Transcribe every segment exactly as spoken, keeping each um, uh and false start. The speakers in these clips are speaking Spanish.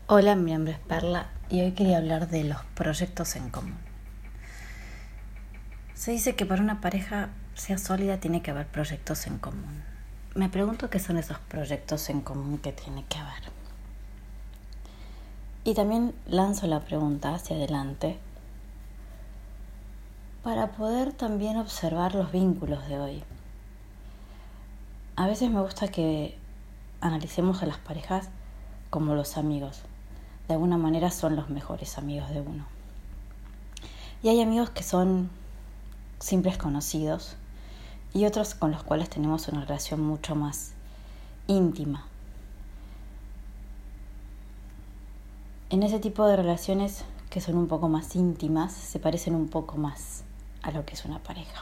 Hola, mi nombre es Perla y hoy quería hablar de los proyectos en común. Se dice que para una pareja sea sólida tiene que haber proyectos en común. Me pregunto qué son esos proyectos en común que tiene que haber. Y también lanzo la pregunta hacia adelante para poder también observar los vínculos de hoy. A veces me gusta que analicemos a las parejas como los amigos. De alguna manera son los mejores amigos de uno. Y hay amigos que son simples conocidos y otros con los cuales tenemos una relación mucho más íntima. En ese tipo de relaciones que son un poco más íntimas, se parecen un poco más a lo que es una pareja.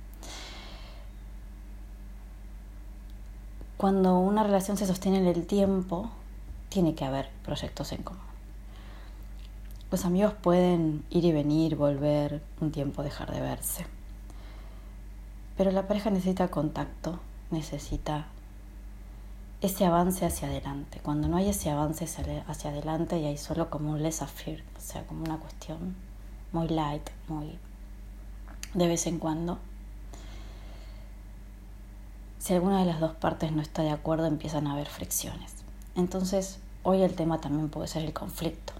Cuando una relación se sostiene en el tiempo, tiene que haber proyectos en común. Los amigos pueden ir y venir, volver, un tiempo dejar de verse. Pero la pareja necesita contacto, necesita ese avance hacia adelante. Cuando no hay ese avance hacia adelante y hay solo como un laissez-faire, o sea, como una cuestión muy light, muy de vez en cuando. Si alguna de las dos partes no está de acuerdo, empiezan a haber fricciones. Entonces, hoy el tema también puede ser el conflicto.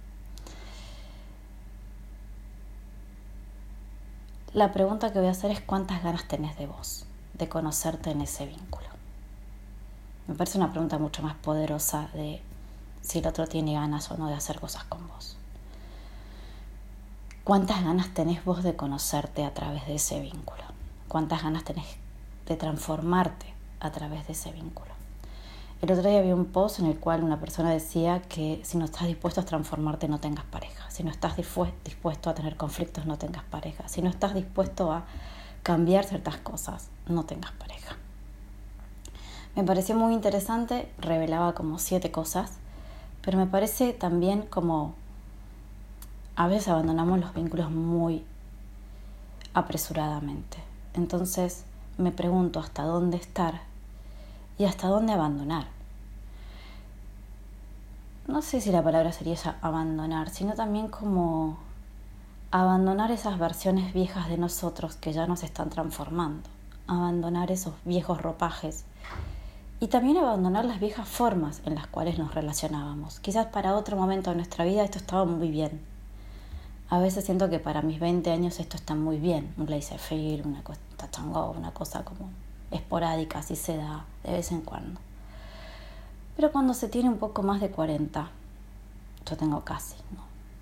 La pregunta que voy a hacer es ¿cuántas ganas tenés de vos, de conocerte en ese vínculo? Me parece una pregunta mucho más poderosa de si el otro tiene ganas o no de hacer cosas con vos. ¿Cuántas ganas tenés vos de conocerte a través de ese vínculo? ¿Cuántas ganas tenés de transformarte a través de ese vínculo? El otro día vi un post en el cual una persona decía que si no estás dispuesto a transformarte, no tengas pareja. Si no estás dispuesto a tener conflictos, no tengas pareja. Si no estás dispuesto a cambiar ciertas cosas, no tengas pareja. Me pareció muy interesante, revelaba como siete cosas, pero me parece también como a veces abandonamos los vínculos muy apresuradamente. Entonces me pregunto hasta dónde estar y hasta dónde abandonar. No sé si la palabra sería esa, abandonar, sino también como abandonar esas versiones viejas de nosotros que ya nos están transformando, abandonar esos viejos ropajes y también abandonar las viejas formas en las cuales nos relacionábamos. Quizás para otro momento de nuestra vida esto estaba muy bien. A veces siento que para mis veinte años esto está muy bien, un laissez-faire, una cosa changó, una cosa como esporádica, así se da de vez en cuando. Pero cuando se tiene un poco más de cuarenta, yo tengo casi, ¿no?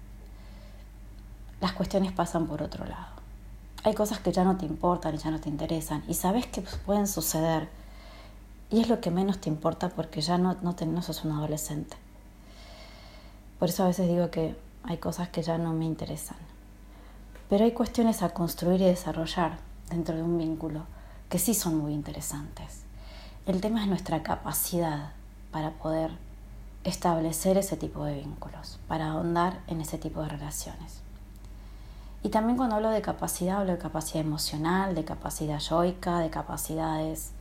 Las cuestiones pasan por otro lado. Hay cosas que ya no te importan y ya no te interesan y sabes que pueden suceder y es lo que menos te importa porque ya no, no, te, no sos un adolescente. Por eso a veces digo que hay cosas que ya no me interesan. Pero hay cuestiones a construir y desarrollar dentro de un vínculo que sí son muy interesantes. El tema es nuestra capacidad para poder establecer ese tipo de vínculos, para ahondar en ese tipo de relaciones. Y también cuando hablo de capacidad, hablo de capacidad emocional, de capacidad yoica, de capacidades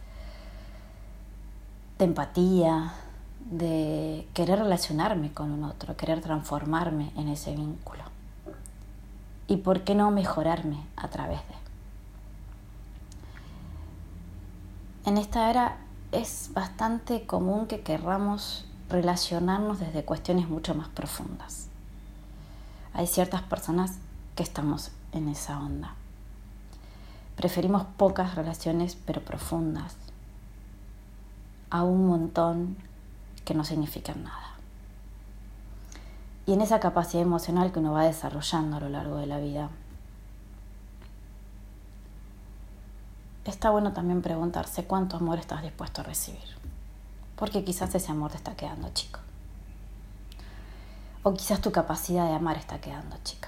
de empatía, de querer relacionarme con un otro, querer transformarme en ese vínculo. Y por qué no mejorarme a través de. En esta era es bastante común que querramos relacionarnos desde cuestiones mucho más profundas. Hay ciertas personas que estamos en esa onda. Preferimos pocas relaciones pero profundas a un montón que no significan nada. Y en esa capacidad emocional que uno va desarrollando a lo largo de la vida, está bueno también preguntarse cuánto amor estás dispuesto a recibir. Porque quizás ese amor te está quedando chico. O quizás tu capacidad de amar está quedando chica.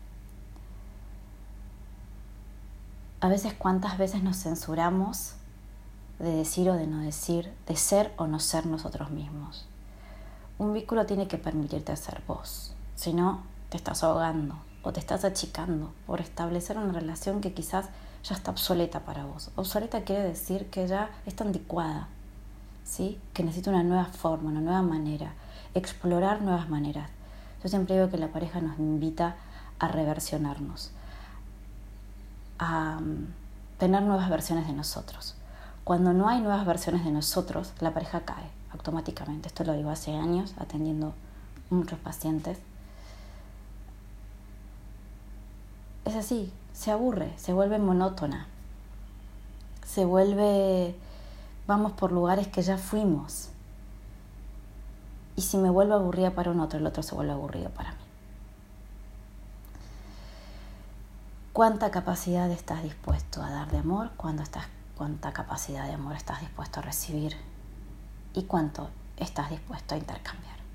A veces, ¿cuántas veces nos censuramos de decir o de no decir, de ser o no ser nosotros mismos? Un vínculo tiene que permitirte ser vos. Si no, te estás ahogando o te estás achicando por establecer una relación que quizás ya está obsoleta para vos. Obsoleta quiere decir que ya está anticuada, ¿sí? Que necesita una nueva forma, una nueva manera. explorar nuevas maneras. Yo siempre digo que la pareja nos invita a reversionarnos, a um, tener nuevas versiones de nosotros. Cuando no hay nuevas versiones de nosotros, la pareja cae automáticamente. Esto lo digo hace años, atendiendo muchos pacientes. Es así, se aburre, se vuelve monótona, se vuelve, vamos por lugares que ya fuimos. Y si me vuelvo aburrida para un otro, el otro se vuelve aburrido para mí. ¿Cuánta capacidad estás dispuesto a dar de amor? ¿Cuánto estás, cuánta capacidad de amor estás dispuesto a recibir? ¿Y cuánto estás dispuesto a intercambiar?